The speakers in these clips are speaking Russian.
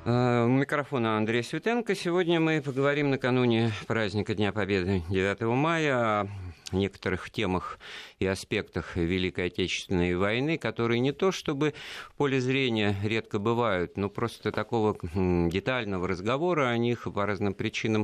У микрофона Андрей Светенко. Сегодня мы поговорим накануне праздника Дня Победы 9 мая о некоторых темах и аспектах Великой Отечественной войны, которые не то чтобы в поле зрения редко бывают, но просто такого детального разговора о них по разным причинам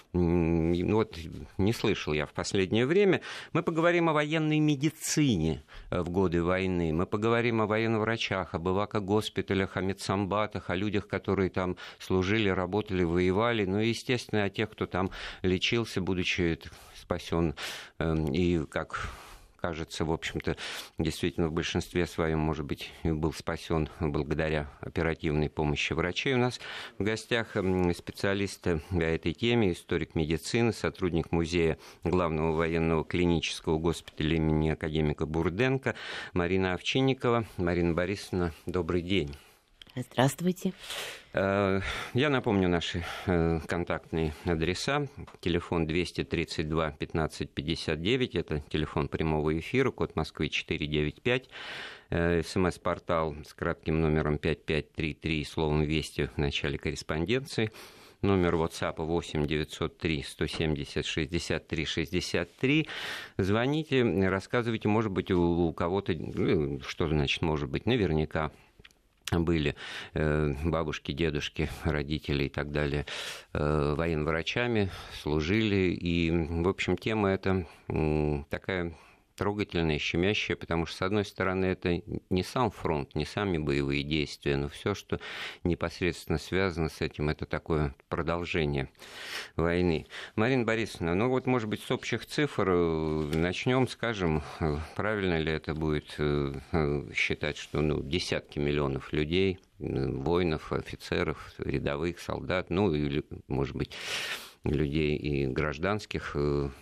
не слышал я в последнее время. Мы поговорим о военной медицине в годы войны, мы поговорим о военврачах, об эвакогоспиталях, о медсанбатах, о людях, которые там служили, работали, воевали, ну и, естественно, о тех, кто там лечился, будучи спасен и, как кажется, в общем-то, действительно в большинстве своем, может быть, был спасен благодаря оперативной помощи врачей. У нас в гостях специалист по этой теме, историк медицины, сотрудник музея главного военного клинического госпиталя имени академика Бурденко Марина Овчинникова. Марина Борисовна, добрый день. Здравствуйте. Я напомню наши контактные адреса. Телефон 232 15 59, это телефон прямого эфира, код Москвы 495. СМС-портал с кратким номером 5533, словом «Вести» в начале корреспонденции. Номер WhatsApp 8 903 170 63 63. Звоните, рассказывайте, может быть, у кого-то, что значит может быть, наверняка были бабушки, дедушки, родители и так далее военврачами, служили. И, в общем, тема эта такая трогательная, щемящая, потому что, с одной стороны, это не сам фронт, не сами боевые действия, но все, что непосредственно связано с этим, это такое продолжение войны. Марина Борисовна, может быть, с общих цифр начнем, скажем, правильно ли это будет считать, что десятки миллионов людей, воинов, офицеров, рядовых, солдат, или, может быть, людей и гражданских,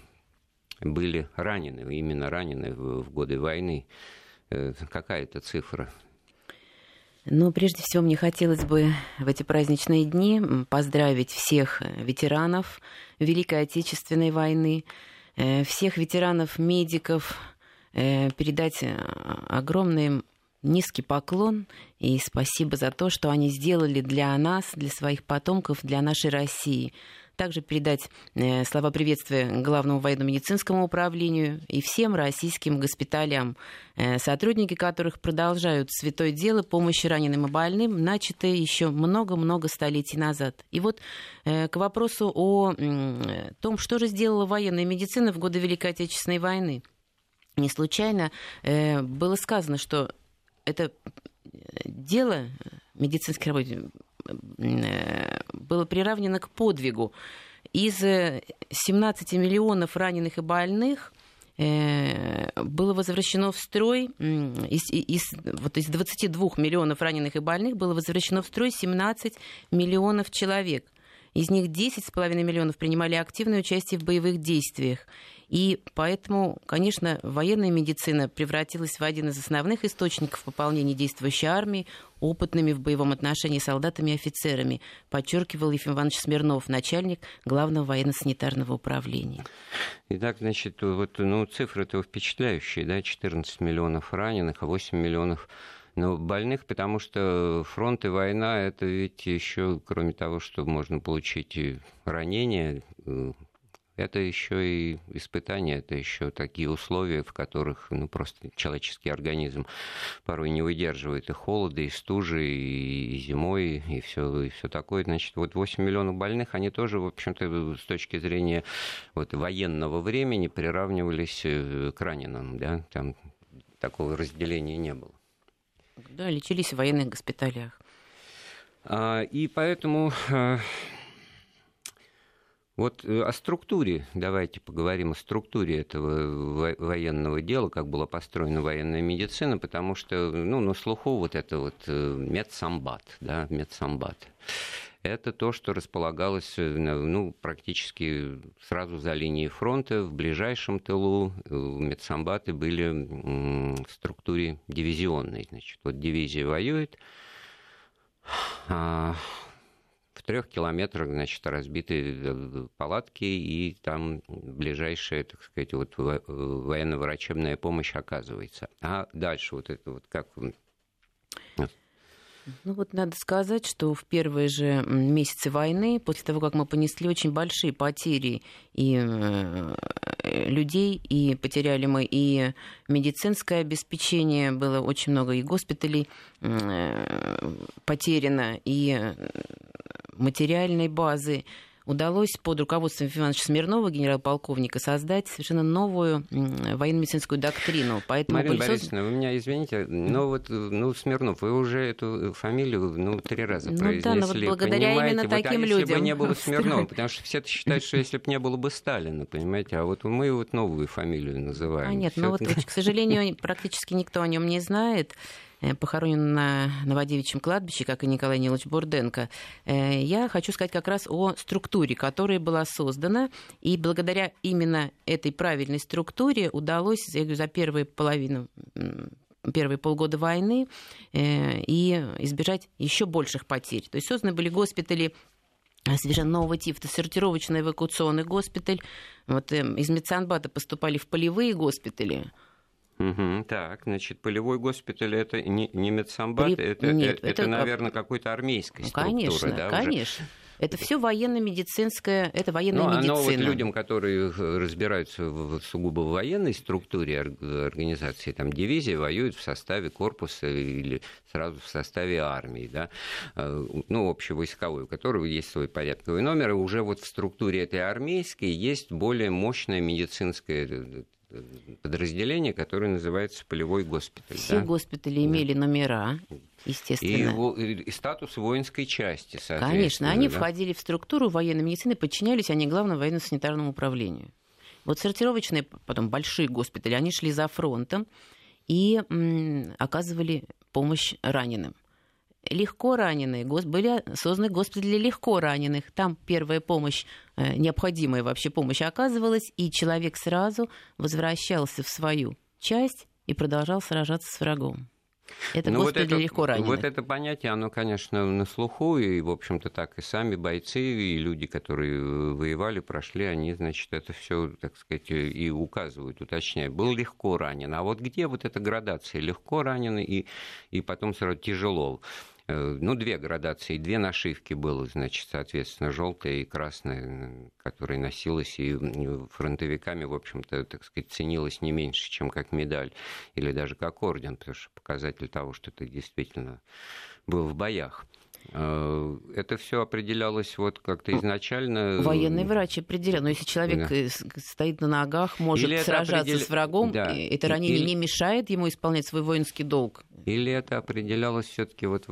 были ранены, именно ранены в годы войны. Какая это цифра? Прежде всего, мне хотелось бы в эти праздничные дни поздравить всех ветеранов Великой Отечественной войны, всех ветеранов-медиков, передать огромный им низкий поклон и спасибо за то, что они сделали для нас, для своих потомков, для нашей России. Также передать слова приветствия Главному военно-медицинскому управлению и всем российским госпиталям, сотрудники которых продолжают святое дело помощи раненым и больным, начатое еще много-много столетий назад. И к вопросу о том, что же сделала военная медицина в годы Великой Отечественной войны. Не случайно было сказано, что это дело медицинской работы было приравнено к подвигу. Из 17 миллионов раненых и больных было возвращено в строй, из 22 миллионов раненых и больных было возвращено в строй 17 миллионов человек. Из них 10,5 миллионов принимали активное участие в боевых действиях. И поэтому, конечно, военная медицина превратилась в один из основных источников пополнения действующей армии опытными в боевом отношении солдатами и офицерами, подчеркивал Ефим Иванович Смирнов, начальник Главного военно-санитарного управления. Итак, значит, цифры-то впечатляющие, да, 14 миллионов раненых, а 8 миллионов больных, потому что фронт и война, это ведь еще, кроме того, что можно получить ранения, это еще и испытания, это еще такие условия, в которых просто человеческий организм порой не выдерживает и холода, и стужи, и зимой, и все такое. Значит, 8 миллионов больных, они тоже, в общем-то, с точки зрения военного времени приравнивались к раненым, да, там такого разделения не было. Да, лечились в военных госпиталях. И поэтому о структуре, давайте поговорим о структуре этого военного дела, как была построена военная медицина, потому что на слуху медсанбат, да, медсанбат. Это то, что располагалось практически сразу за линией фронта, в ближайшем тылу. Медсанбаты были в структуре дивизионной. Значит, дивизия воюет, в 3 километрах, значит, разбиты палатки, и там ближайшая, так сказать, военно-врачебная помощь оказывается. А дальше как... Ну вот надо сказать, что в первые же месяцы войны, после того, как мы понесли очень большие потери и людей, и потеряли мы и медицинское обеспечение, было очень много и госпиталей потеряно, и материальной базы, удалось под руководством Ефима Ивановича Смирнова, генерал-полковника, создать совершенно новую военно-медицинскую доктрину. Поэтому Марина Борисовна, вы меня извините, но вот Смирнов, вы уже эту фамилию 3 раза произнесли. Да, но вот благодаря именно таким людям. Если бы не было Смирнова, потому что все считают, что если бы не было бы Сталина, понимаете, а вот мы вот новую фамилию называем. Нет, но вот, к сожалению, практически никто о нем не знает. Похоронен на Новодевичьем кладбище, как и Николай Нилович Бурденко. Я хочу сказать как раз о структуре, которая была создана, и благодаря именно этой правильной структуре удалось, я говорю, за первые полгода войны и избежать еще больших потерь. То есть созданы были госпитали совершенно нового типа. Это сортировочный эвакуационный госпиталь. Вот из медсанбата поступали в полевые госпитали. Так, значит, полевой госпиталь — это не медсанбат, это, наверное, какой-то армейской структуры. Конечно, да, конечно. Это все военно-медицинская, это военная медицина. Но вот людям, которые разбираются в сугубо военной структуре организации, там дивизия воюет в составе корпуса или сразу в составе армии, да, общевойсковой, у которого есть свой порядковый номер, и уже вот в структуре этой армейской есть более мощная медицинская подразделение, которое называется полевой госпиталь. Все госпитали имели номера, естественно. И статус воинской части, соответственно. Конечно, они входили в структуру военной медицины, подчинялись они главному военно-санитарному управлению. Вот сортировочные, потом большие госпитали, они шли за фронтом и оказывали помощь раненым. Легко раненые, были созданы госпитали для легко раненых. Там первая помощь, необходимая вообще помощь оказывалась, и человек сразу возвращался в свою часть и продолжал сражаться с врагом. Это госпиталь для легко раненых. Вот это понятие, оно, конечно, на слуху, и, в общем-то, так и сами бойцы, и люди, которые воевали, прошли, они, значит, это все, так сказать, и указывают, уточняют. Был легко ранен. А вот где вот эта градация? Легко раненый и потом сразу тяжело. 2 градации, 2 нашивки было, значит, соответственно, желтая и красная, которая носилась и фронтовиками, в общем-то, так сказать, ценилась не меньше, чем как медаль или даже как орден, потому что показатель того, что ты действительно был в боях. Это все определялось вот как-то изначально. Военный врач определял. Но если человек стоит на ногах, может сражаться с врагом, это ранение не мешает ему исполнять свой воинский долг. Или это определялось все-таки вот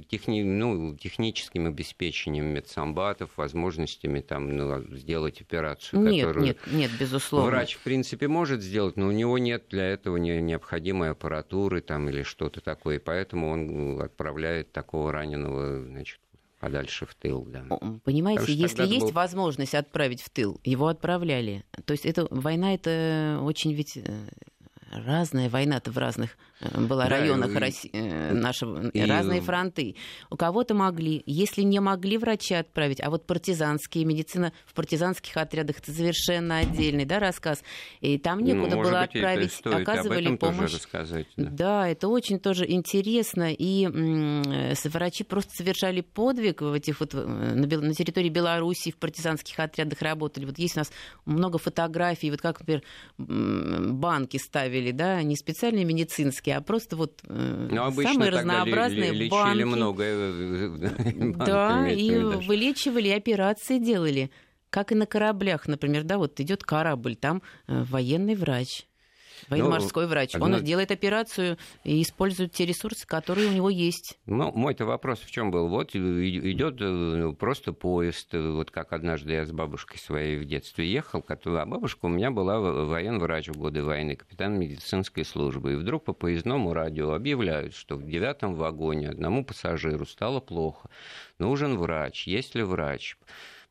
техническим обеспечением медсанбатов, возможностями там, сделать операцию, которую нет, безусловно. Врач, в принципе, может сделать, но у него нет для этого необходимой аппаратуры там, или что-то такое, поэтому он отправляет такого раненого, значит, подальше в тыл. Да. Понимаете, если есть возможность отправить в тыл, его отправляли. То есть война это очень ведь разная война-то в разных была районах нашего, разные фронты. У кого-то могли, если не могли врачи отправить, а вот партизанские, медицина в партизанских отрядах, это совершенно отдельный рассказ. И там некуда было отправить, оказывали помощь. Да, это очень тоже интересно. И врачи просто совершали подвиг в этих на территории Беларуси, в партизанских отрядах работали. Вот есть у нас много фотографий, вот как, например, банки ставили, да, не специальные медицинские, а просто самые разнообразные банки. Лечили много. Да, и вылечивали, и операции делали. Как и на кораблях, например, да, вот идет корабль, там военный врач. Военно-морской врач. Он делает операцию и использует те ресурсы, которые у него есть. Мой-то вопрос в чем был? Вот идет просто поезд, вот как однажды я с бабушкой своей в детстве ехал, а бабушка у меня была военврач в годы войны, капитан медицинской службы. И вдруг по поездному радио объявляют, что в 9-м вагоне одному пассажиру стало плохо. Нужен врач. Есть ли врач?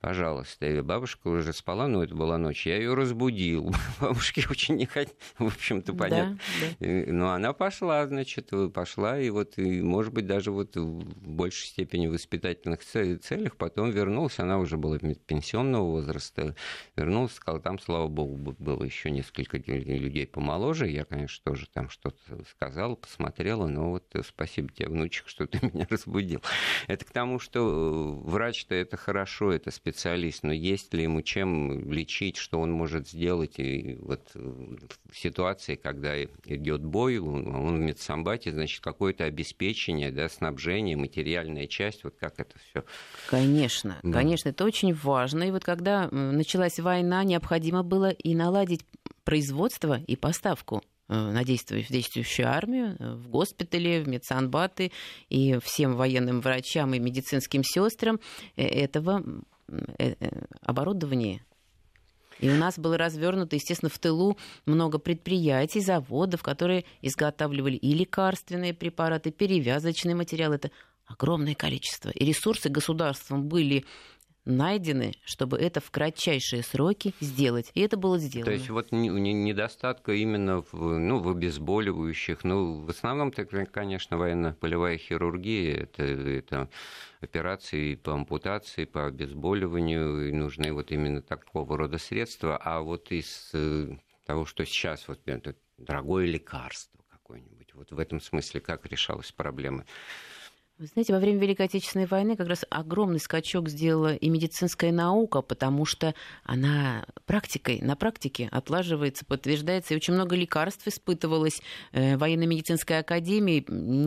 Пожалуйста. И бабушка уже спала, но это была ночь. Я ее разбудил. Бабушке очень не хотелось, в общем-то, понятно. Да. Но она пошла, значит, пошла, и вот, и, может быть, даже вот в большей степени в воспитательных целях потом вернулась. Она уже была пенсионного возраста. Вернулась, сказала, там, слава богу, было еще несколько людей помоложе. Я, конечно, тоже там что-то сказала, посмотрела, но вот спасибо тебе, внучек, что ты меня разбудил. Это к тому, что врач-то это хорошо, это специалист, но есть ли ему чем лечить, что он может сделать и вот в ситуации, когда идет бой, он в медсанбате, значит, какое-то обеспечение, да, снабжение, материальная часть, вот как это все. Конечно, да. Конечно, это очень важно. И вот когда началась война, необходимо было и наладить производство и поставку на действующую армию, в госпитале, в медсанбаты и всем военным врачам и медицинским сестрам этого оборудования. И у нас было развернуто, естественно, в тылу много предприятий, заводов, которые изготавливали и лекарственные препараты, перевязочный материал. Это огромное количество. И ресурсы государством были найдены, чтобы это в кратчайшие сроки сделать. И это было сделано. То есть вот недостатка именно в обезболивающих. В основном-то, конечно, военно-полевая хирургия. Это операции по ампутации, по обезболиванию. И нужны вот именно такого рода средства. А вот из того, что сейчас вот это дорогое лекарство какое-нибудь, вот в этом смысле как решалась проблема? Вы знаете, во время Великой Отечественной войны как раз огромный скачок сделала и медицинская наука, потому что она на практике отлаживается, подтверждается, и очень много лекарств испытывалось. Военно-медицинской академии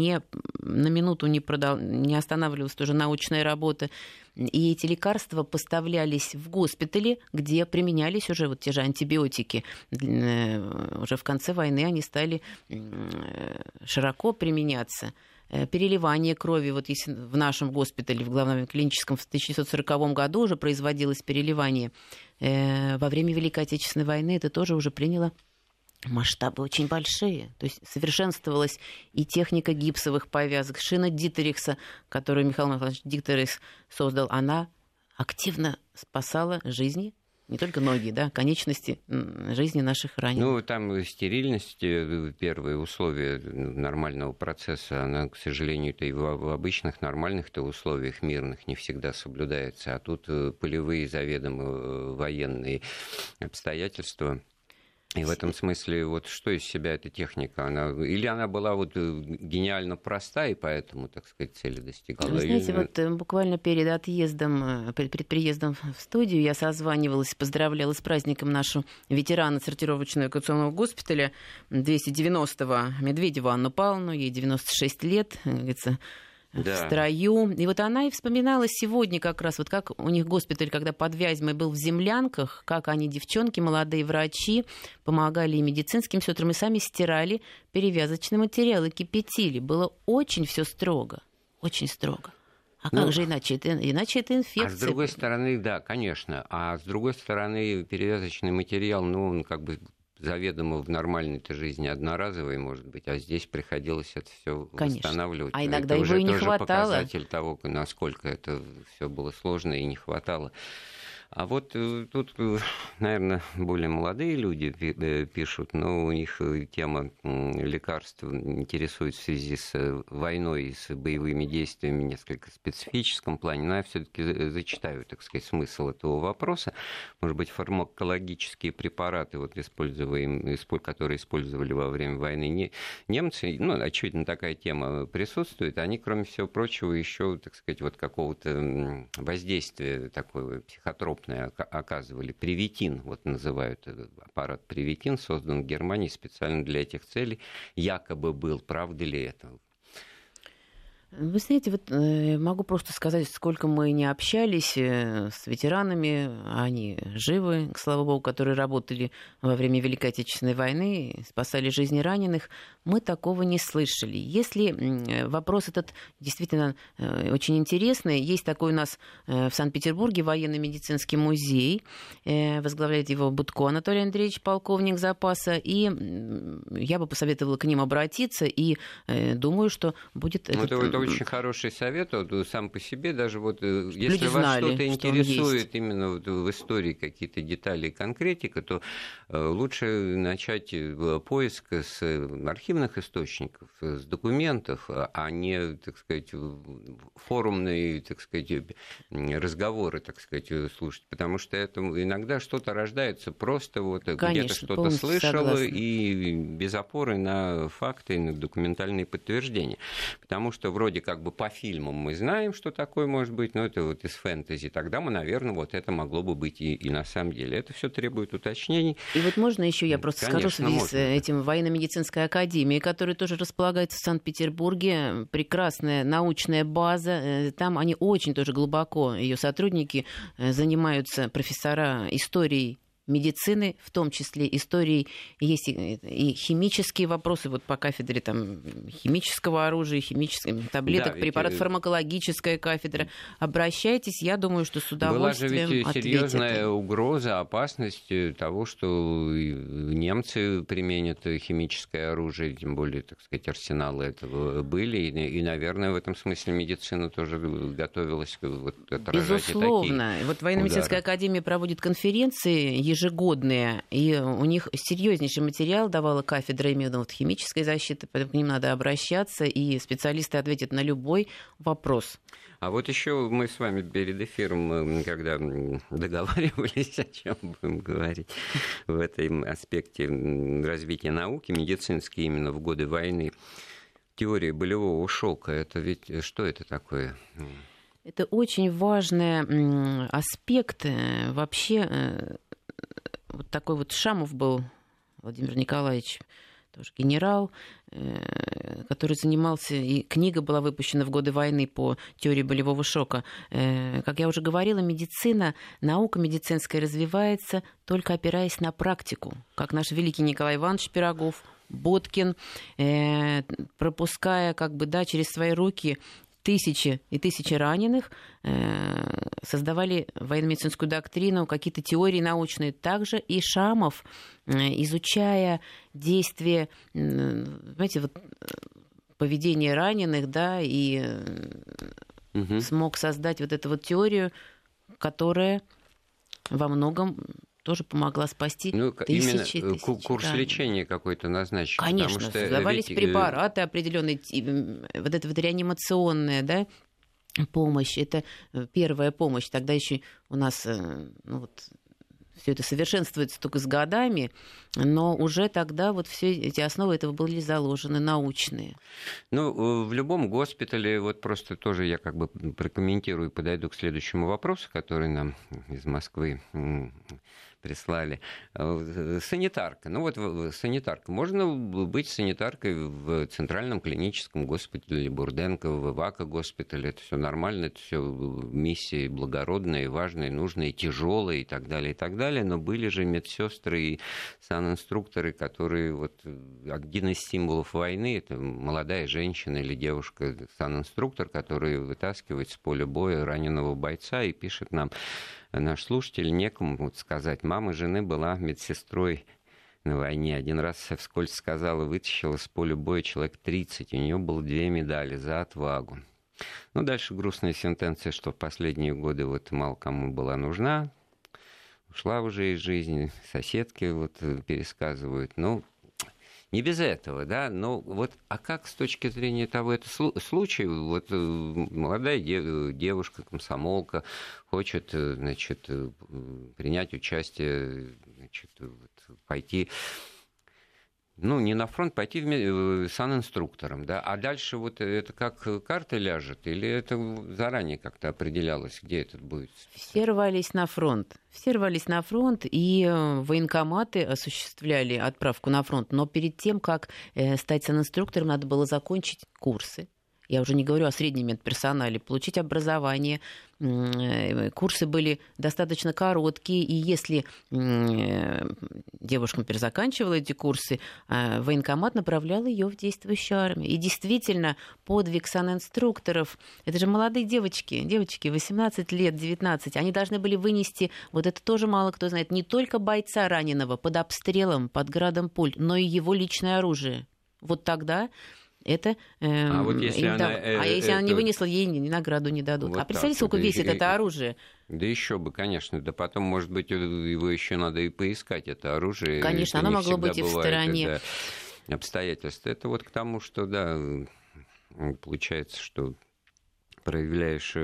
на минуту не останавливалась тоже научная работа. И эти лекарства поставлялись в госпитали, где применялись уже вот те же антибиотики. Уже в конце войны они стали широко применяться. Переливание крови. Вот если в нашем госпитале, в главном клиническом, в 1940 году уже производилось переливание, во время Великой Отечественной войны это тоже уже приняло масштабы очень большие. То есть совершенствовалась и техника гипсовых повязок. Шина Дитерихса, которую Михаил Михайлович Дитерихс создал, она активно спасала жизни. Не только ноги, да, конечности жизни наших раненых. Там стерильность, первые условия нормального процесса, она, к сожалению-то и в обычных нормальных-то условиях мирных не всегда соблюдается. А тут полевые заведомо военные обстоятельства. И в этом смысле, вот что из себя эта техника? Она была вот гениально проста, и поэтому, так сказать, цели достигала? Вы знаете, вот буквально перед приездом в студию я созванивалась, поздравляла с праздником нашу ветерана сортировочного эвакуационного госпиталя 290-го Медведеву Анну Павловну, ей 96 лет, говорится, в строю. И вот она и вспоминала сегодня как раз, вот как у них госпиталь, когда под Вязьмой был в землянках, как они, девчонки, молодые врачи, помогали и медицинским сестрам, и сами стирали перевязочный материал и кипятили. Было очень все строго, очень строго. А как же иначе? Иначе это инфекция. А с другой стороны, да, конечно. А с другой стороны, перевязочный материал, он как бы заведомо в нормальной-то жизни одноразовый, может быть, а здесь приходилось это все восстанавливать. А иногда это его и не хватало. Это уже показатель того, насколько это все было сложно и не хватало. А вот тут, наверное, более молодые люди пишут, но у них тема лекарств интересует в связи с войной и с боевыми действиями в несколько специфическом плане. Но я все-таки зачитаю, так сказать, смысл этого вопроса. Может быть, фармакологические препараты, которые использовали во время войны немцы, очевидно, такая тема присутствует, они, кроме всего прочего, еще, так сказать, вот какого-то воздействия такого психотропного оказывали. Привитин, вот называют этот аппарат Привитин, создан в Германии специально для этих целей. Якобы был. Правда ли это? Вы знаете, вот могу просто сказать, сколько мы не общались с ветеранами, они живы, слава богу, которые работали во время Великой Отечественной войны, спасали жизни раненых, мы такого не слышали. Если вопрос этот действительно очень интересный, есть такой у нас в Санкт-Петербурге военно-медицинский музей, возглавляет его Будко Анатолий Андреевич, полковник запаса, и я бы посоветовала к ним обратиться, и думаю, что будет... Это очень хороший совет. Вот, сам по себе, даже вот если вас знали, что-то что интересует именно вот в истории какие-то детали и конкретика, то лучше начать поиск с архивных источников, с документов, а не, так сказать, форумные, так сказать, разговоры, так сказать, слушать. Потому что это иногда что-то рождается просто вот где-то что-то слышал, согласна. и без опоры на факты, на документальные подтверждения. Потому что вроде как бы по фильмам мы знаем, что такое может быть, но это вот из фэнтези. Тогда мы, наверное, вот это могло бы быть и на самом деле. Это все требует уточнений. И вот можно еще я просто скажу в связи с этим военно-медицинской академией, которая тоже располагается в Санкт-Петербурге. Прекрасная научная база. Там они очень тоже глубоко, ее сотрудники занимаются, профессора историей медицины, в том числе истории, есть и химические вопросы, вот по кафедре там, химического оружия, химических таблеток, да, препаратов, фармакологическая кафедра. Обращайтесь, я думаю, что с удовольствием ответят. Была же ведь серьезная угроза, опасность того, что немцы применят химическое оружие, тем более, так сказать, арсеналы этого были, и наверное, в этом смысле медицина тоже готовилась вот, отражать. Безусловно. Такие вот военно-медицинская академия проводит конференции ежегодные, и у них серьезнейший материал давала кафедра именно вот химической защиты, поэтому к ним надо обращаться, и специалисты ответят на любой вопрос. А вот еще мы с вами перед эфиром, когда договаривались, о чем будем говорить в этом аспекте развития науки, медицинской именно в годы войны, теория болевого шока, это ведь что это такое? Это очень важный аспект вообще. Вот такой вот Шамов был, Владимир Николаевич, тоже генерал, который занимался, и книга была выпущена в годы войны по теории болевого шока. Как я уже говорила, медицина, наука медицинская развивается, только опираясь на практику, как наш великий Николай Иванович Пирогов, Боткин, пропуская как бы, да, через свои руки тысячи и тысячи раненых, создавали военно-медицинскую доктрину, какие-то теории научные. Также и Шамов, изучая действия, знаете, вот, поведение раненых, да, и смог создать вот эту вот теорию, которая во многом тоже помогла спасти тысячи курс лечения какой-то назначен. Конечно, создавались препараты определенные, вот эта вот реанимационная, да, помощь, это первая помощь. Тогда еще у нас все это совершенствуется только с годами, но уже тогда вот все эти основы этого были заложены, научные. В любом госпитале, вот просто тоже я как бы прокомментирую и подойду к следующему вопросу, который нам из Москвы прислали. Санитарка. Санитарка. Можно быть санитаркой в Центральном клиническом госпитале Бурденко, в Ивако-госпитале. Это все нормально, это все миссии благородные, важные, нужные, тяжелые и так далее. Но были же медсестры и санинструкторы, которые вот один из символов войны, это молодая женщина или девушка, санинструктор, который вытаскивает с поля боя раненого бойца и пишет нам: наш слушатель, некому сказать, мама жены была медсестрой на войне. Один раз вскользь сказала, вытащила с поля боя человек 30, у нее было 2 медали за отвагу. Дальше грустная сентенция, что в последние годы вот мало кому была нужна, ушла уже из жизни, соседки вот пересказывают. Не без этого, да, но вот, а как с точки зрения того, это случай, вот молодая девушка, комсомолка, хочет, значит, принять участие, значит, вот, пойти, не на фронт, пойти санинструктором, да, а дальше вот это как карта ляжет, или это заранее как-то определялось, где это будет? Все рвались на фронт, и военкоматы осуществляли отправку на фронт, но перед тем, как стать санинструктором, надо было закончить курсы. Я уже не говорю о среднем медперсонале, получить образование. Курсы были достаточно короткие, и если девушка, например, заканчивала эти курсы, военкомат направлял ее в действующую армию. И действительно, подвиг санинструкторов, это же молодые девочки 18 лет, 19, они должны были вынести, вот это тоже мало кто знает, не только бойца раненого под обстрелом, под градом пуль, но и его личное оружие. Вот тогда это... если она не вынесла, ей ни награду не дадут. Вот представляете, сколько весит это оружие? Да еще бы, конечно. Да потом, может быть, его еще надо и поискать, это оружие. Конечно, оно могло быть и в стороне. Обстоятельств. Это вот к тому, что, да, получается, что проявляешь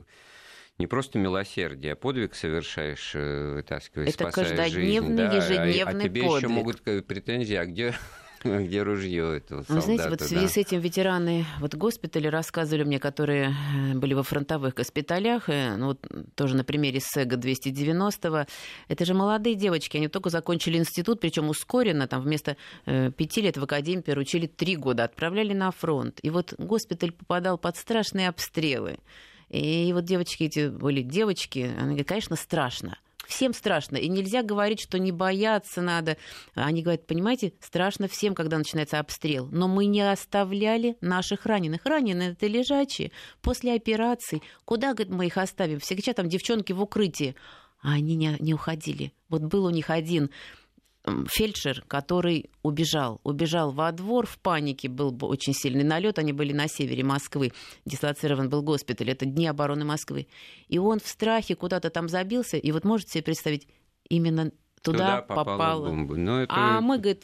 не просто милосердие, а подвиг совершаешь, вытаскивая, спасая жизнь. Это каждодневный, ежедневный тебе подвиг. еще могут претензии, а где ружье этого солдата? Вы знаете, вот в связи с этим ветераны госпиталя рассказывали мне, которые были во фронтовых госпиталях, тоже на примере СЭГа-290, это же молодые девочки, они только закончили институт, причем ускоренно, там вместо 5 лет в академии переучили 3 года, отправляли на фронт. И вот госпиталь попадал под страшные обстрелы. И вот девочки эти были девочки, они говорят, конечно, страшно. Всем страшно. И нельзя говорить, что не бояться надо. Они говорят, понимаете, страшно всем, когда начинается обстрел. Но мы не оставляли наших раненых. Раненые — это лежачие. После операций. Куда, говорит, мы их оставим? Все кричат, там девчонки в укрытии. А они не уходили. Вот был у них один фельдшер, который убежал во двор в панике, был очень сильный налет, они были на севере Москвы, дислоцирован был госпиталь, это дни обороны Москвы, и он в страхе куда-то там забился, и вот можете себе представить, именно туда попала бомба. А мы, говорит,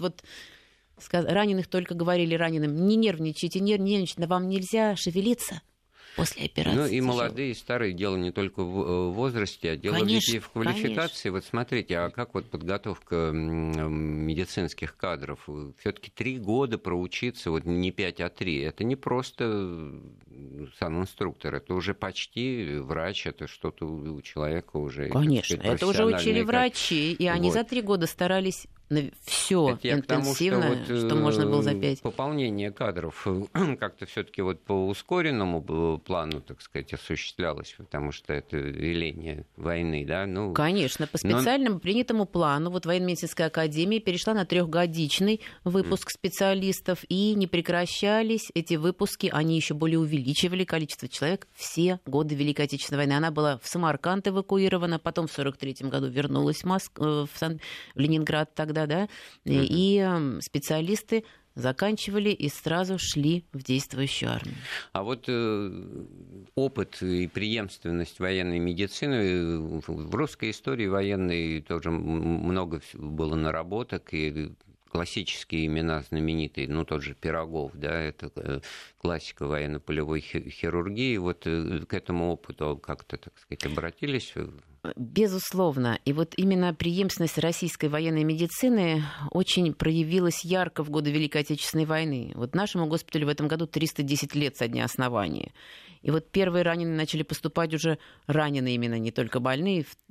раненых только говорили раненым, не нервничайте, вам нельзя шевелиться. После операции. И молодые, и старые. Дело не только в возрасте, а дело ведь и в квалификации. Конечно. Вот смотрите, а как подготовка медицинских кадров? Все-таки 3 года проучиться, не 5, а 3. Это не просто санинструктор, это уже почти врач, это что-то у человека уже. Конечно, это уже учили врачи, и они за 3 года старались все интенсивно, что можно было за 5. Пополнение кадров как-то все-таки по ускоренному плану, так сказать, осуществлялось, потому что это веление войны, да? Конечно, по специальному принятому плану военно-медицинская академия перешла на 3-годичный выпуск специалистов, и не прекращались эти выпуски, они еще более увеличивали количество человек все годы Великой Отечественной войны. Она была в Самарканд эвакуирована, потом в 1943 году вернулась в Ленинград тогда, да, и специалисты заканчивали и сразу шли в действующую армию. А опыт и преемственность военной медицины в русской истории военной тоже много было наработок, и классические имена знаменитые, тот же Пирогов, да, это классика военно-полевой хирургии. К этому опыту как-то, так сказать, обратились? Безусловно. И именно преемственность российской военной медицины очень проявилась ярко в годы Великой Отечественной войны. Нашему госпиталю в этом году 310 лет со дня основания. И первые раненые начали поступать уже раненые именно, не только больные, в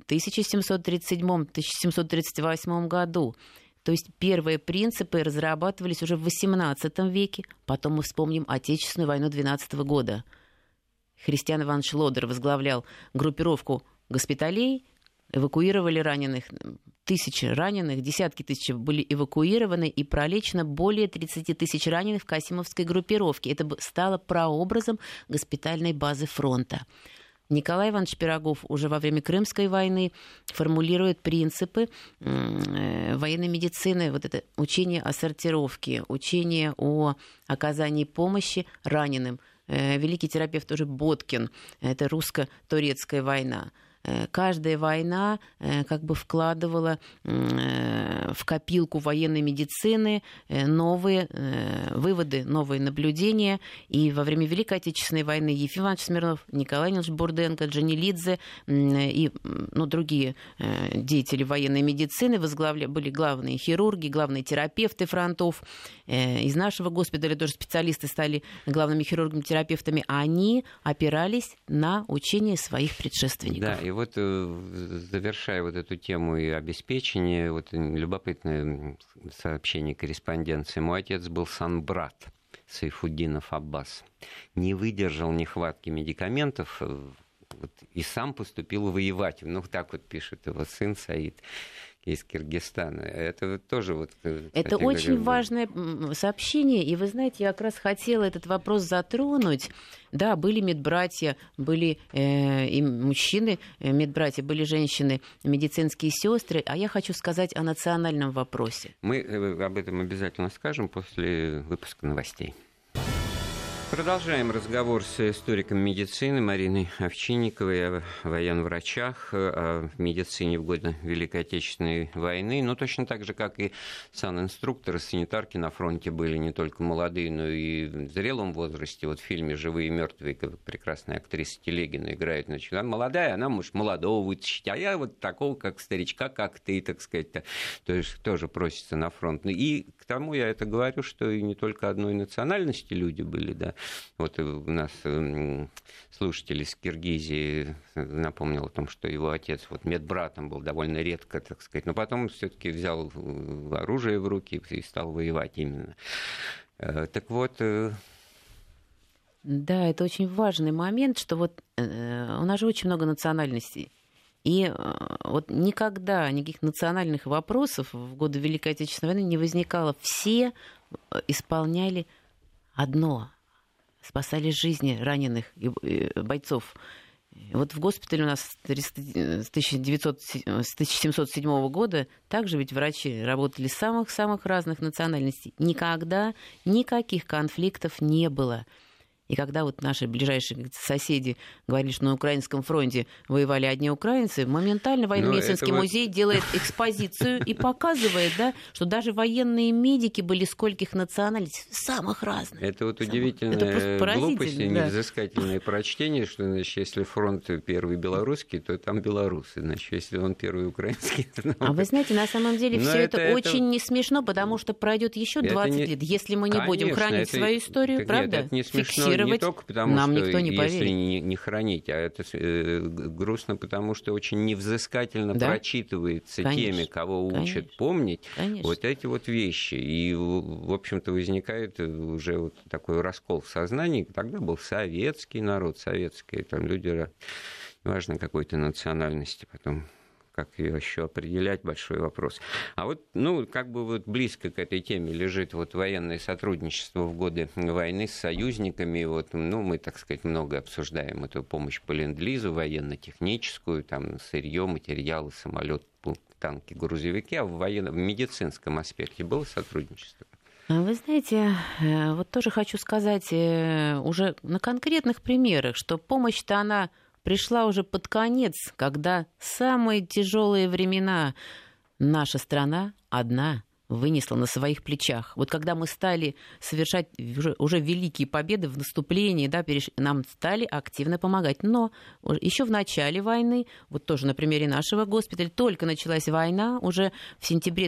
1737-1738 году. То есть первые принципы разрабатывались уже в XVIII веке. Потом мы вспомним Отечественную войну 12 года. Христиан Иванович Лодер возглавлял группировку госпиталей, эвакуировали раненых. Тысячи раненых, десятки тысяч были эвакуированы, и пролечено более 30 тысяч раненых в Касимовской группировке. Это стало прообразом госпитальной базы фронта. Николай Иванович Пирогов уже во время Крымской войны формулирует принципы военной медицины. Это учение о сортировке, учение о оказании помощи раненым. Великий терапевт тоже Боткин. Это русско-турецкая война. Каждая война вкладывала в копилку военной медицины новые выводы, новые наблюдения. И во время Великой Отечественной войны Ефим Иванович Смирнов, Николай Иванович Бурденко, Джанилидзе и другие деятели военной медицины были главные хирурги, главные терапевты фронтов. Из нашего госпиталя тоже специалисты стали главными хирургами-терапевтами. Они опирались на учения своих предшественников. Да, и завершая эту тему и обеспечение, любопытное сообщение корреспонденции. Мой отец был санбрат Сайфуддинов Аббас. Не выдержал нехватки медикаментов и сам поступил воевать. Так пишет его сын Саид из Киргизстана. Это тоже это очень важное сообщение, и вы знаете, я как раз хотела этот вопрос затронуть. Да, были медбратья, были и мужчины медбратья, были женщины, медицинские сестры, а я хочу сказать о национальном вопросе. Мы об этом обязательно скажем после выпуска новостей. Продолжаем разговор с историком медицины Мариной Овчинниковой о военврачах, о медицине в годы Великой Отечественной войны. Но точно так же, как и санинструкторы, санитарки на фронте были не только молодые, но и в зрелом возрасте. Вот в фильме «Живые и мертвые», как прекрасная актриса Телегина играет, значит, она молодая, она может молодого вытащить, а я вот такого, как старичка, как ты, так сказать, то есть тоже просится на фронт. И к тому я это говорю, что и не только одной национальности люди были, да. Вот у нас слушатель из Киргизии напомнил о том, что его отец вот медбратом был довольно редко, так сказать, но потом все-таки взял оружие в руки и стал воевать именно. Так вот... Да, это очень важный момент, что вот у нас же очень много национальностей. И вот никогда никаких национальных вопросов в годы Великой Отечественной войны не возникало. Все исполняли одно. Спасали жизни раненых бойцов. Вот в госпитале у нас с 1707 года также ведь врачи работали самых-самых разных национальностей. Никогда никаких конфликтов не было. И когда вот наши ближайшие соседи говорили, что на Украинском фронте воевали одни украинцы, моментально военно-медицинский музей делает экспозицию и показывает, да, что даже военные медики были скольких национальностей, самых разных. Это вот удивительная глупость и невзыскательное прочтение, что, значит, если фронт первый белорусский, то там белорусы, значит, если он первый украинский, то... А вы знаете, на самом деле все это очень не смешно, потому что пройдет еще 20 лет, если мы не будем хранить свою историю, правда? Нет, это не смешно. Не только потому, нам что никто не если не хранить, а это грустно, потому что очень невзыскательно прочитывается теми, кого учат помнить вот эти вот вещи. И, в общем-то, возникает уже вот такой раскол в сознании. Тогда был советский народ, советские там люди, неважно какой-то национальности, потом... Как ее еще определять, большой вопрос. А вот, как бы вот близко к этой теме лежит вот военное сотрудничество в годы войны с союзниками. Вот, мы, так сказать, много обсуждаем эту помощь по ленд-лизу, военно-техническую, там, сырье, материалы, самолет, танки, грузовики. А в медицинском аспекте было сотрудничество? Вы знаете, вот тоже хочу сказать уже на конкретных примерах, что помощь-то она... пришла уже под конец, когда самые тяжелые времена наша страна одна вынесла на своих плечах. Вот когда мы стали совершать уже великие победы в наступлении, да, нам стали активно помогать. Но еще в начале войны, вот тоже на примере нашего госпиталя, только началась война, уже в сентябре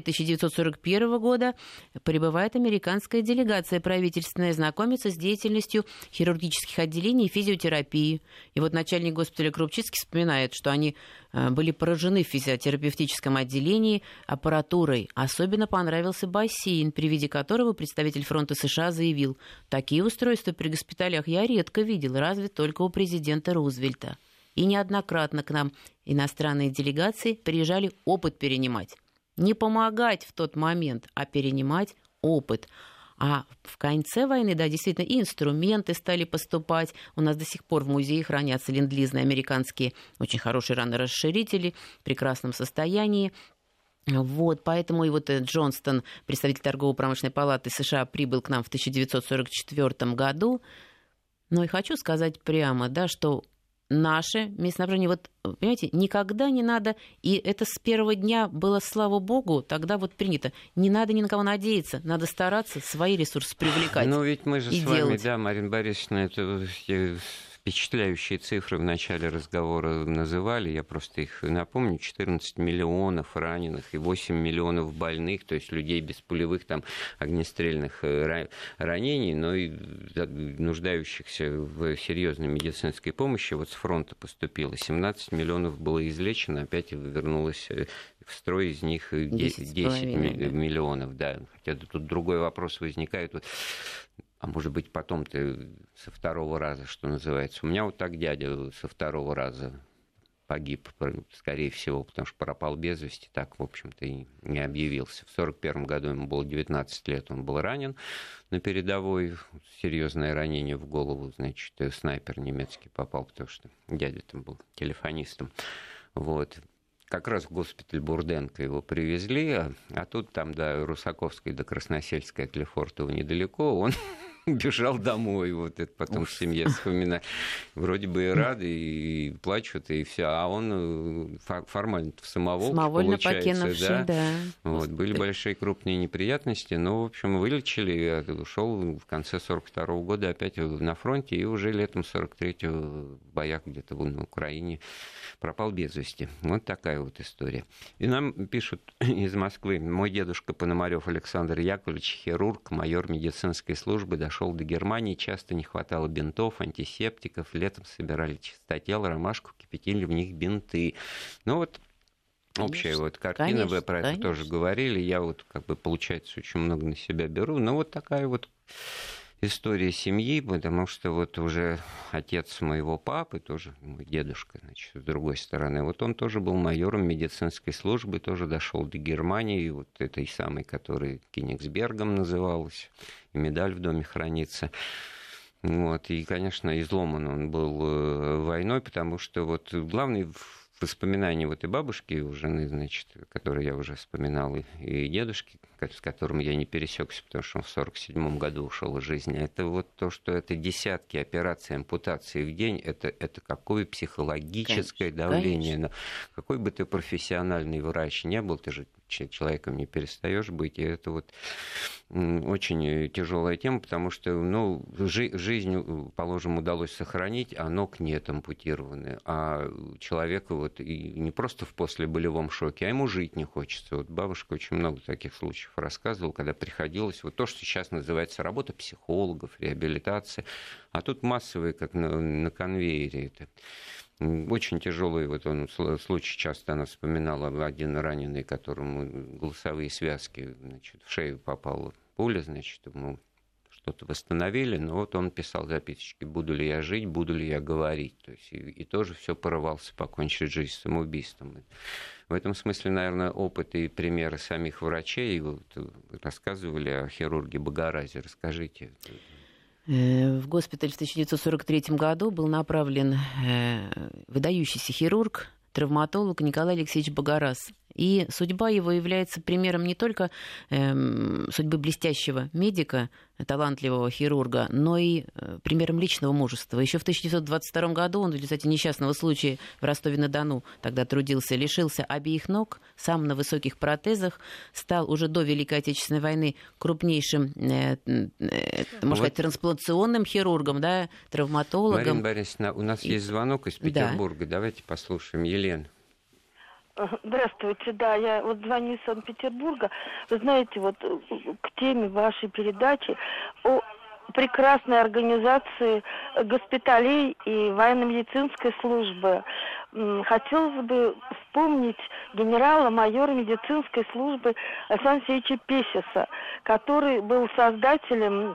1941 года прибывает американская делегация правительственная, знакомится с деятельностью хирургических отделений и физиотерапии. И вот начальник госпиталя Крупчицкий вспоминает, что они были поражены в физиотерапевтическом отделении аппаратурой. Особенно понравился бассейн, при виде которого представитель фронта США заявил: такие устройства при госпиталях я редко видел, разве только у президента Рузвельта. И неоднократно к нам иностранные делегации приезжали опыт перенимать. Не помогать в тот момент, а перенимать опыт. А в конце войны, да, действительно, и инструменты стали поступать. У нас до сих пор в музее хранятся ленд-лизные американские очень хорошие ранорасширители в прекрасном состоянии. Вот, поэтому и вот Джонстон, представитель торгово-промышленной палаты США, прибыл к нам в 1944 году. Но и хочу сказать прямо, да, что наше местоснабжение, вот, понимаете, никогда не надо, и это с первого дня было, слава богу, тогда вот принято, не надо ни на кого надеяться, надо стараться свои ресурсы привлекать. Ну, ведь мы же с вами, делать. Да, Марина Борисовна, это впечатляющие цифры в начале разговора называли, я просто их напомню: 14 миллионов раненых и 8 миллионов больных, то есть людей без пулевых, там, огнестрельных ранений, но и нуждающихся в серьезной медицинской помощи. Вот с фронта поступило 17 миллионов было излечено, опять вернулось в строй, из них 10 миллионов. Да. Хотя тут другой вопрос возникает. А может быть, потом-то со второго раза, что называется. У меня вот так дядя со второго раза погиб, скорее всего, потому что пропал без вести, так, в общем-то, и не объявился. В 1941 году ему было 19 лет, он был ранен на передовой, серьезное ранение в голову, значит, снайпер немецкий попал, потому что дядя там был телефонистом. Вот. Как раз в госпиталь Бурденко его привезли, а тут там до Русаковской, до Красносельской от Лефортово недалеко, он бежал домой. Вот это потом в семье вспоминаю. Вроде бы и рады, и плачут, и все. А он формально в самоволке, самовольно получается. Покинувший, да. Вот, были большие крупные неприятности, но, в общем, вылечили. Ушел в конце 1942 года опять на фронте, и уже летом 1943 в боях где-то на Украине пропал без вести. Вот такая вот история. И нам пишут из Москвы. Мой дедушка Пономарев Александр Яковлевич, хирург, майор медицинской службы, дошел до Германии. Часто не хватало бинтов, антисептиков. Летом собирали чистотел, ромашку, кипятили в них бинты. Ну вот общая вот картина, конечно, вы про это тоже говорили. Я вот как бы, получается, очень много на себя беру. Но вот такая вот история семьи, потому что вот уже отец моего папы, тоже мой дедушка, значит, с другой стороны, вот он тоже был майором медицинской службы, тоже дошел до Германии, вот этой самой, которая Кенигсбергом называлась, и медаль в доме хранится. Вот, и, конечно, изломан он был войной, потому что вот главный воспоминания вот и бабушки, у жены, значит, которую я уже вспоминал, и дедушки, с которым я не пересекся, потому что он в 1947 году ушел из жизни, это вот то, что это десятки операций, ампутаций в день, это какое психологическое давление. Конечно. Какой бы ты профессиональный врач не был, ты же человеком не перестаешь быть, и это вот очень тяжелая тема, потому что, ну, жизнь, положим, удалось сохранить, а ног нет ампутированы, а человеку вот и не просто в послеболевом шоке, а ему жить не хочется. Вот бабушка очень много таких случаев рассказывала, когда приходилось, вот то, что сейчас называется работа психологов, реабилитация, а тут массовые, как на конвейере это. Очень тяжелый вот он случай, часто она вспоминала, один раненый, которому голосовые связки, значит, в шею попала пуля, значит, ему что-то восстановили, но вот он писал записочки, буду ли я жить, буду ли я говорить, то есть и тоже все порывался покончить жизнь самоубийством. В этом смысле, наверное, опыт и примеры самих врачей, вот, рассказывали о хирурге Богоразе, расскажите. В госпиталь в 1943 году был направлен выдающийся хирург, травматолог Николай Алексеевич Богораз. И судьба его является примером не только судьбы блестящего медика, талантливого хирурга, но и примером личного мужества. Еще в 1922 году он в результате несчастного случая в Ростове-на-Дону тогда трудился, лишился обеих ног, сам на высоких протезах, стал уже до Великой Отечественной войны крупнейшим, можно сказать, трансплантационным хирургом, да, травматологом. Марина Борисовна, у нас есть звонок из Петербурга. Да. Давайте послушаем Елену. Здравствуйте, да, я вот звоню из Санкт-Петербурга. Вы знаете, вот к теме вашей передачи о прекрасной организации госпиталей и военно-медицинской службы. Хотелось бы вспомнить генерала-майора медицинской службы Александра Алексеевича Песиса, который был создателем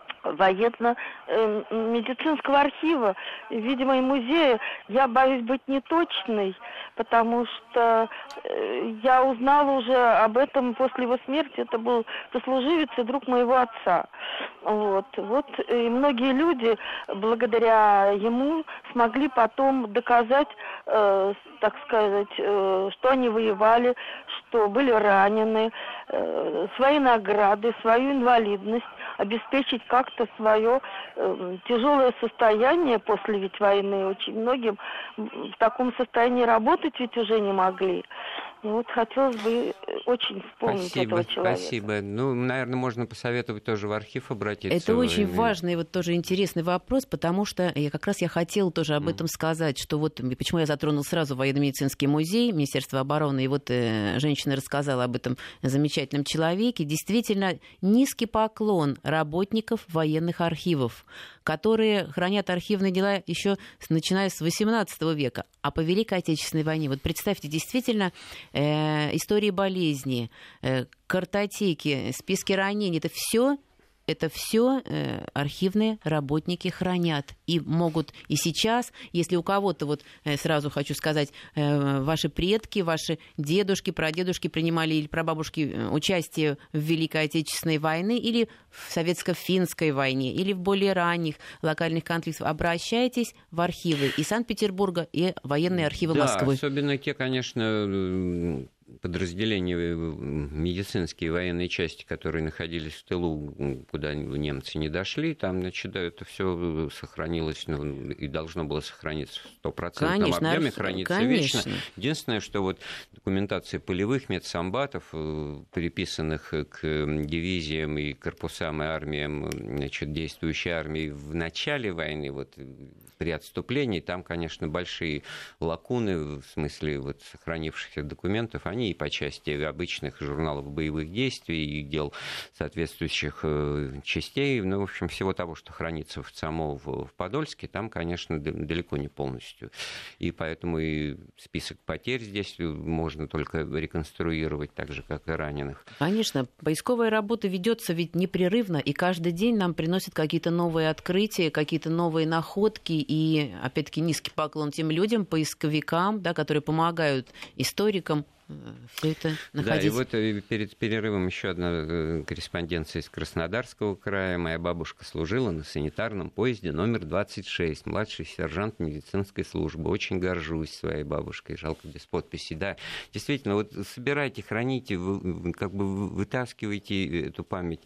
военно-медицинского архива, видимо, и музея. Я боюсь быть неточной, потому что я узнала уже об этом после его смерти. Это был сослуживец и друг моего отца. Вот. И многие люди благодаря ему смогли потом доказать, так сказать, что они воевали, что были ранены, свои награды, свою инвалидность, обеспечить как-то свое тяжелое состояние после ведь войны. Очень многим в таком состоянии работать ведь уже не могли. И вот хотелось бы очень вспомнить этого человека. Спасибо. Ну, наверное, можно посоветовать тоже в архив обратиться. Это очень важный, вот тоже интересный вопрос, потому что я хотела тоже об этом сказать, что вот почему я затронул сразу военно-медицинский музей, Министерство обороны, и вот женщина рассказала об этом замечательном человеке. Действительно, низкий поклон работников военных архивов, которые хранят архивные дела еще начиная с XVIII века. А по Великой Отечественной войне, вот представьте, действительно, истории болезни, картотеки, списки ранений, это все архивные работники хранят. И могут и сейчас, если у кого-то, вот сразу хочу сказать, ваши предки, ваши дедушки, прадедушки принимали или прабабушки участие в Великой Отечественной войне или в Советско-финской войне, или в более ранних локальных конфликтах, обращайтесь в архивы и Санкт-Петербурга, и военные архивы Москвы. Да, особенно те, конечно, подразделения медицинские военные части, которые находились в тылу, куда немцы не дошли, там, значит, это все сохранилось, и должно было сохраниться в 100% объеме, храниться вечно. Единственное, что вот документация полевых медсамбатов, приписанных к дивизиям и корпусам и армиям, значит, действующей армии в начале войны, вот при отступлении, там, конечно, большие лакуны в смысле вот сохранившихся документов, они и по части обычных журналов боевых действий, и дел соответствующих частей, ну, в общем, всего того, что хранится в Подольске, там, конечно, далеко не полностью. И поэтому и список потерь здесь можно только реконструировать, так же, как и раненых. Конечно, поисковая работа ведется ведь непрерывно, и каждый день нам приносят какие-то новые открытия, какие-то новые находки, и, опять-таки, низкий поклон тем людям, поисковикам, да, которые помогают историкам все это находить. Да, и вот перед перерывом еще одна корреспонденция из Краснодарского края. Моя бабушка служила на санитарном поезде номер 26, младший сержант медицинской службы. Очень горжусь своей бабушкой, жалко без подписи. Да, действительно, вот собирайте, храните, как бы вытаскивайте эту память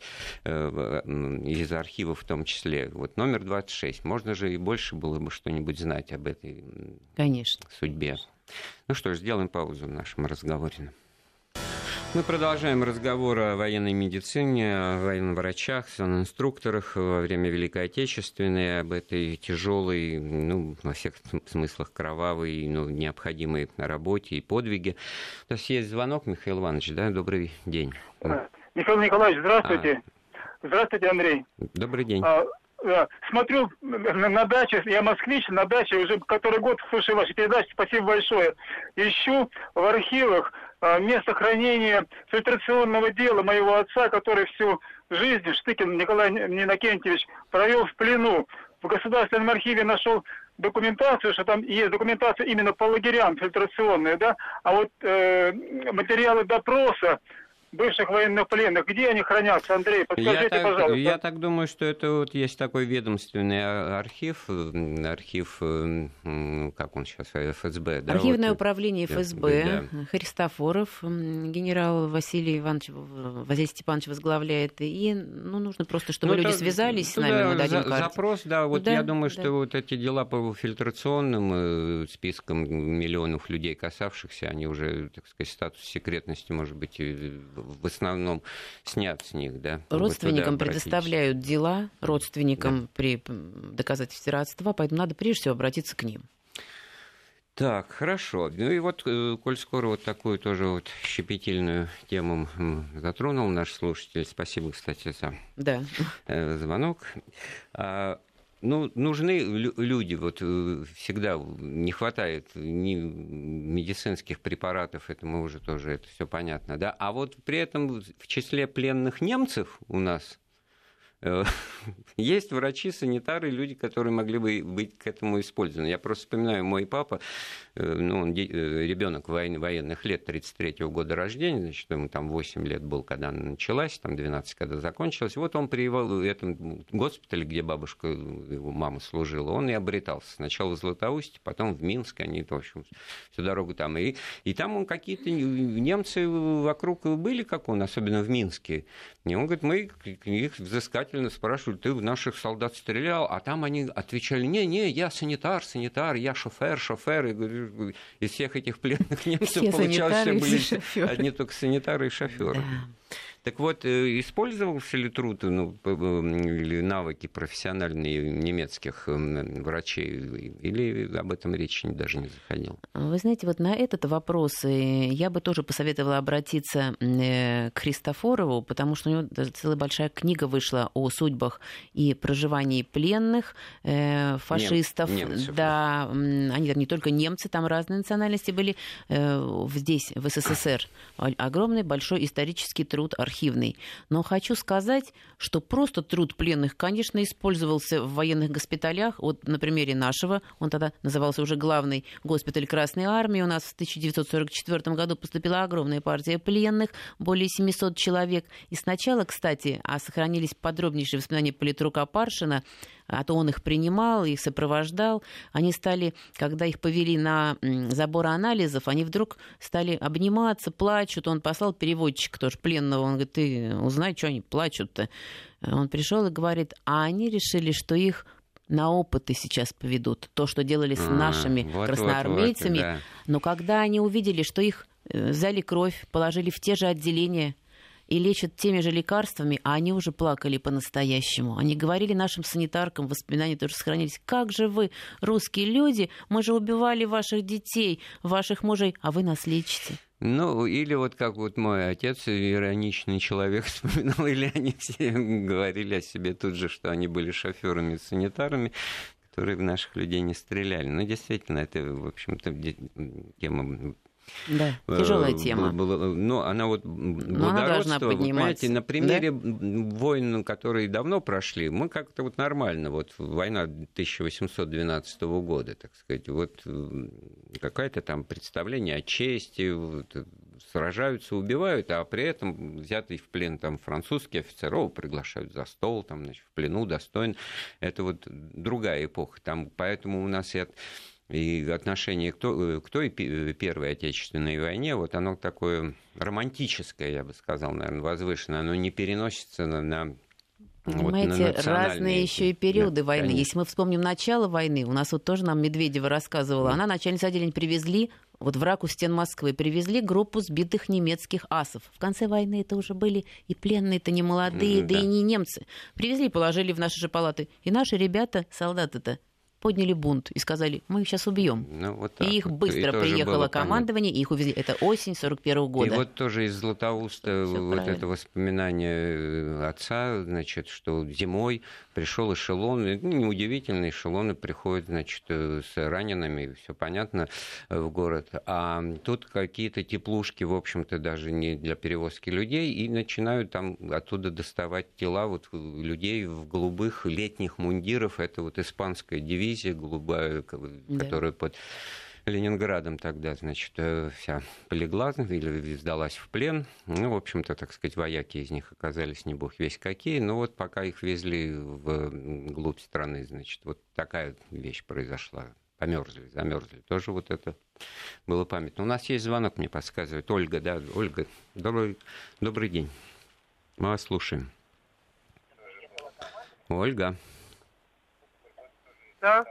из архивов в том числе. Вот номер 26. Можно же и больше было бы что-нибудь знать об этой судьбе. Ну что ж, сделаем паузу в нашем разговоре. Мы продолжаем разговор о военной медицине, о военных врачах, инструкторах во время Великой Отечественной, об этой тяжелой, ну, во всех смыслах кровавой, ну, необходимой работе и подвиге. У нас есть звонок, Михаил Иванович, да? Добрый день. Михаил Николаевич, здравствуйте. Здравствуйте, Андрей. Добрый день. Смотрю на даче, я москвич, на даче уже который год слушаю ваши передачи, спасибо большое. Ищу в архивах место хранения фильтрационного дела моего отца, который всю жизнь, Штыкин Николай Иннокентьевич, провел в плену. В Государственном архиве нашел документацию, что там есть документация именно по лагерям фильтрационная, да, а вот материалы допроса бывших военнопленных, где они хранятся, Андрей, подскажите, пожалуйста. Я так думаю, что это вот есть такой ведомственный архив, как он сейчас, ФСБ. Да, Архивное вот, управление ФСБ, да. Христофоров, генерал Василий Степанович возглавляет, и нужно просто, чтобы люди связались с нами, мы дадим карту. Запрос, да, вот я думаю, что вот эти дела по фильтрационным спискам миллионов людей касавшихся, они уже, так сказать, статус секретности, может быть, в основном снят с них, да. Родственникам предоставляют дела, родственникам при доказательстве родства, поэтому надо прежде всего обратиться к ним. Так, хорошо. Ну и вот, коль скоро вот такую тоже вот щепетильную тему затронул наш слушатель, спасибо, кстати, за звонок. Ну, нужны люди, вот всегда не хватает ни медицинских препаратов, это мы уже тоже, это все понятно, да, а вот при этом в числе пленных немцев у нас есть врачи, санитары, люди, которые могли бы быть к этому использованы. Я просто вспоминаю, мой папа, он ребенок военных лет, 33-го года рождения, значит, ему там 8 лет был, когда она началась, там 12, когда закончилась. Вот он при этом госпитале, где бабушка, его мама служила, он и обретался. Сначала в Златоусте, потом в Минск, они, в общем, всю дорогу там. И там он какие-то немцы вокруг были, как он, особенно в Минске. И он говорит, мы их взыскательно спрашивали, ты в наших солдат стрелял? А там они отвечали, не, я санитар, я шофер. И говорю, из всех этих пленных немцев, получалось, все были одни только санитары и шоферы. Да. Так вот, использовался ли труд или навыки профессиональные немецких врачей, или об этом речь даже не заходила? Вы знаете, вот на этот вопрос я бы тоже посоветовала обратиться к Христофорову, потому что у него даже целая большая книга вышла о судьбах и проживании пленных, фашистов. Немцев. Да, они там не только немцы, там разные национальности были. Здесь, в СССР, огромный большой исторический труд архивный. Но хочу сказать, что просто труд пленных, конечно, использовался в военных госпиталях. Вот на примере нашего, он тогда назывался уже главный госпиталь Красной Армии. У нас в 1944 году поступила огромная партия пленных, более 700 человек. И сначала, кстати, сохранились подробнейшие воспоминания политрука Паршина, а то он их принимал, их сопровождал. Они стали, когда их повели на забор анализов, они вдруг стали обниматься, плачут. Он послал переводчика тоже пленного. Он говорит, ты узнай, что они плачут-то. Он пришел и говорит, а они решили, что их на опыты сейчас поведут. То, что делали с нашими красноармейцами. Да. Но когда они увидели, что их взяли кровь, положили в те же отделения и лечат теми же лекарствами, а они уже плакали по-настоящему. Они говорили нашим санитаркам, воспоминания тоже сохранились. Как же вы, русские люди, мы же убивали ваших детей, ваших мужей, а вы нас лечите. Ну, или вот как вот мой отец, ироничный человек, вспоминал, или они все говорили о себе тут же, что они были шофёрами и санитарами, которые в наших людей не стреляли. Ну, действительно, это, в общем-то, тема... Да, тяжелая тема. Но она вот должна подниматься. На примере войн, которые давно прошли, мы как-то вот нормально. Вот война 1812 года, так сказать, вот какое-то там представление о чести, вот, сражаются, убивают, а при этом взятый в плен там французские офицеров приглашают за стол, там, значит, в плену достоин. Это вот другая эпоха. Там, поэтому у нас и отношение к той Первой Отечественной войне, вот оно такое романтическое, я бы сказал, наверное, возвышенное, оно не переносится на... Понимаете, вот разные еще и периоды войны. Конечно. Если мы вспомним начало войны, у нас вот тоже нам Медведева рассказывала, она начальница отделения привезли, вот враг у стен Москвы, привезли группу сбитых немецких асов. В конце войны это уже были и пленные-то не молодые, да и не немцы. Привезли, положили в наши же палаты. И наши ребята, солдаты-то, подняли бунт и сказали, мы их сейчас убьем. Ну, вот и их быстро приехало командование, и их увезли. Это осень 41 года. И вот тоже из Златоуста вот это воспоминание отца, значит, что зимой пришел эшелон, неудивительно, эшелоны приходят, значит, с ранеными, все понятно, в город. А тут какие-то теплушки, в общем-то, даже не для перевозки людей, и начинают там оттуда доставать тела вот людей в голубых летних мундирах. Это вот испанская дивизия голубая, которая под Ленинградом тогда, значит, вся полегла или сдалась в плен. Ну, в общем-то, так сказать, вояки из них оказались не бог весть какие. Но вот пока их везли вглубь страны, значит, вот такая вещь произошла. Замерзли. Тоже вот это было памятно. У нас есть звонок, мне подсказывает. Ольга, да, Ольга, добрый день. Мы вас слушаем. Ольга. Да.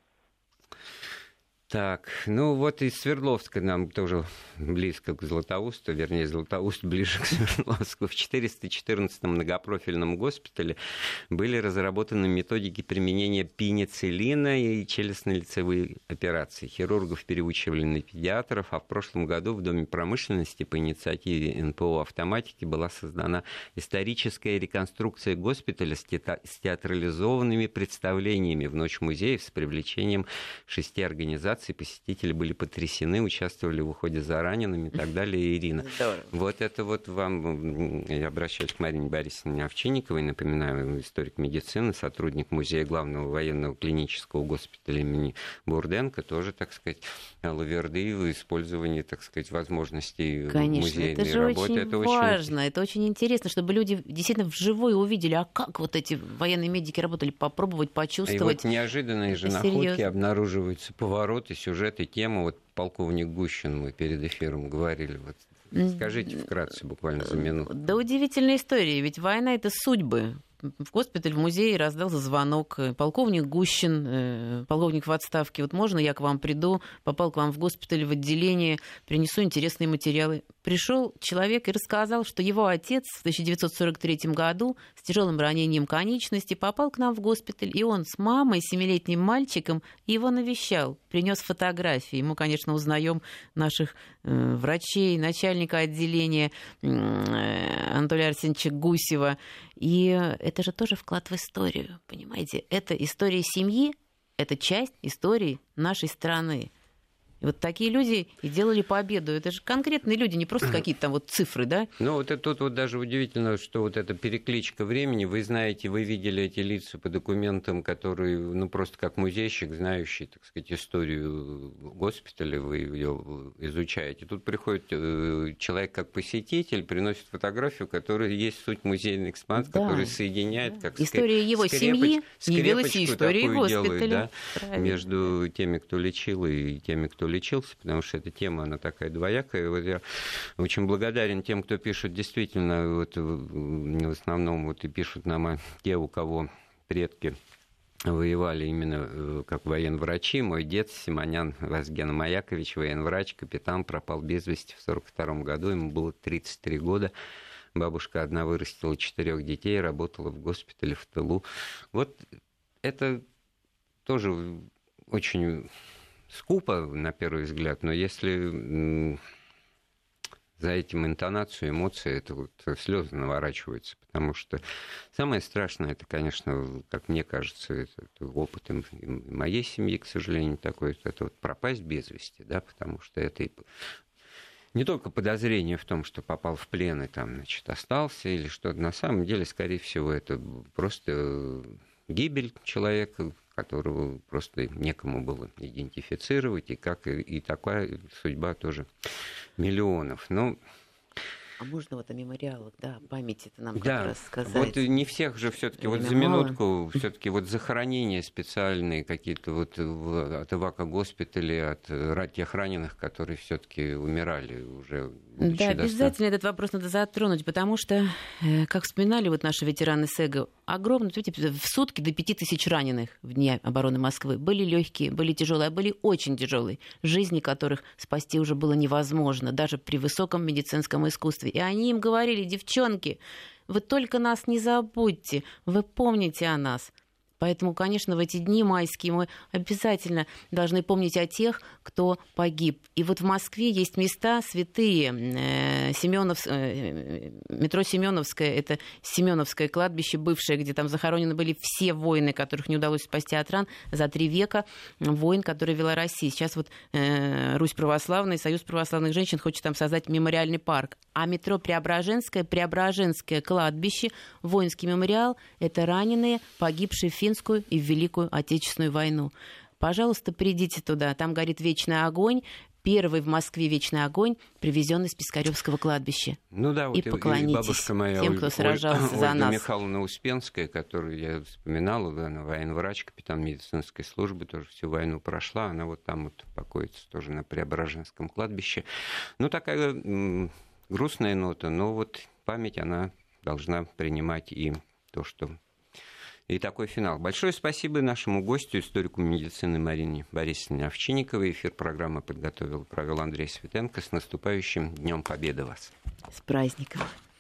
Так, ну вот из Свердловска нам тоже близко к Златоусту, вернее, Златоуст ближе к Свердловску. В 414-м многопрофильном госпитале были разработаны методики применения пенициллина и челюстно-лицевые операции. Хирургов переучивали на педиатров, а в прошлом году в Доме промышленности по инициативе НПО «Автоматики» была создана историческая реконструкция госпиталя с театрализованными представлениями в Ночь музеев с привлечением 6 организаций. Посетители были потрясены, участвовали в уходе за ранеными и так далее. Ирина, здорово. Вот это вот вам, я обращаюсь к Марине Борисовне Овчинниковой, напоминаю, историк медицины, сотрудник Музея главного военного клинического госпиталя имени Бурденко, тоже, так сказать, лаверды в использовании, так сказать, возможностей музейной работы. Это очень важно, это очень интересно, чтобы люди действительно вживую увидели, а как вот эти военные медики работали, попробовать, почувствовать. И вот неожиданные же находки обнаруживаются, повороты, сюжеты, темы. Вот полковник Гущин, мы перед эфиром говорили. Вот скажите вкратце, буквально за минуту. Да, удивительная история, ведь война — это судьбы. В госпиталь, в музей раздался звонок. Полковник Гущин, полковник в отставке. Вот можно я к вам приду? Попал к вам в госпиталь, в отделение, принесу интересные материалы. Пришел человек и рассказал, что его отец в 1943 году с тяжелым ранением конечности попал к нам в госпиталь, и он с мамой, 7-летним мальчиком, его навещал, принес фотографии. Мы, конечно, узнаем наших врачей, начальника отделения Анатолия Арсеньевича Гусева. И это же тоже вклад в историю, понимаете? Это история семьи, это часть истории нашей страны. И вот такие люди и делали победу. Это же конкретные люди, не просто какие-то там вот цифры, да? Ну, вот это тут вот даже удивительно, что вот эта перекличка времени, вы знаете, вы видели эти лица по документам, которые, ну, просто как музейщик, знающий, так сказать, историю госпиталя, вы ее изучаете. Тут приходит человек как посетитель, приносит фотографию, которая есть суть музейный экспонат, который соединяет, как история его семьи явилась и историей госпиталя. Да, между теми, кто лечил, и теми, кто лечился, потому что эта тема, она такая двоякая. Вот я очень благодарен тем, кто пишет действительно, вот, в основном вот и пишут нам те, у кого предки воевали именно как военврачи. Мой дед Симонян Вазген Маякович, военврач, капитан, пропал без вести в 1942 году, ему было 33 года. Бабушка одна вырастила 4 детей, работала в госпитале в тылу. Вот это тоже очень скупо, на первый взгляд, но если за этим интонацию, эмоции, это вот слезы наворачиваются, потому что самое страшное, это, конечно, как мне кажется, это опыт и моей семьи, к сожалению, такой, это вот пропасть без вести, да, потому что это не только подозрение в том, что попал в плен и там, значит, остался или что-то, на самом деле, скорее всего, это просто гибель человека, которого просто некому было идентифицировать, и как и такая судьба тоже миллионов. Ну, а можно вот о мемориалах, да, памяти это нам как раз сказать. Вот не всех же все-таки вот за минутку все-таки вот захоронения специальные какие-то вот от эвако-госпиталей, от тех раненых, которые все-таки умирали уже. Да, обязательно этот вопрос надо затронуть, потому что, как вспоминали вот наши ветераны СЭГа, огромно, в сутки до 5000 раненых в дни обороны Москвы. Были легкие, были тяжелые, а были очень тяжелые, жизни которых спасти уже было невозможно, даже при высоком медицинском искусстве. И они им говорили: девчонки, вы только нас не забудьте, вы помните о нас. Поэтому, конечно, в эти дни майские мы обязательно должны помнить о тех, кто погиб. И вот в Москве есть места святые. Метро Семеновское, это Семеновское кладбище бывшее, где там захоронены были все воины, которых не удалось спасти от ран за 3 века, войн, которые вела Россия. Сейчас вот Русь Православная, Союз православных женщин хочет там создать мемориальный парк. А метро Преображенское кладбище, воинский мемориал, это раненые, погибшие в Финскую и в Великую Отечественную войну. Пожалуйста, придите туда, там горит вечный огонь. Первый в Москве вечный огонь, привезенный с Пискаревского кладбища. Ну да, вот и поклонитесь бабушка моя, тем, кто сражался за нас. Ольга Михайловна Успенская, которую я вспоминала, да, она военврач, капитан медицинской службы, тоже всю войну прошла, она вот там вот покоится тоже на Преображенском кладбище. Ну, такая грустная нота, но вот память, она должна принимать и то, что... И такой финал. Большое спасибо нашему гостю, историку медицины Марине Борисовне Овчинниковой. Эфир программы подготовил и провел Андрей Светенко. С наступающим Днем Победы вас. С праздником.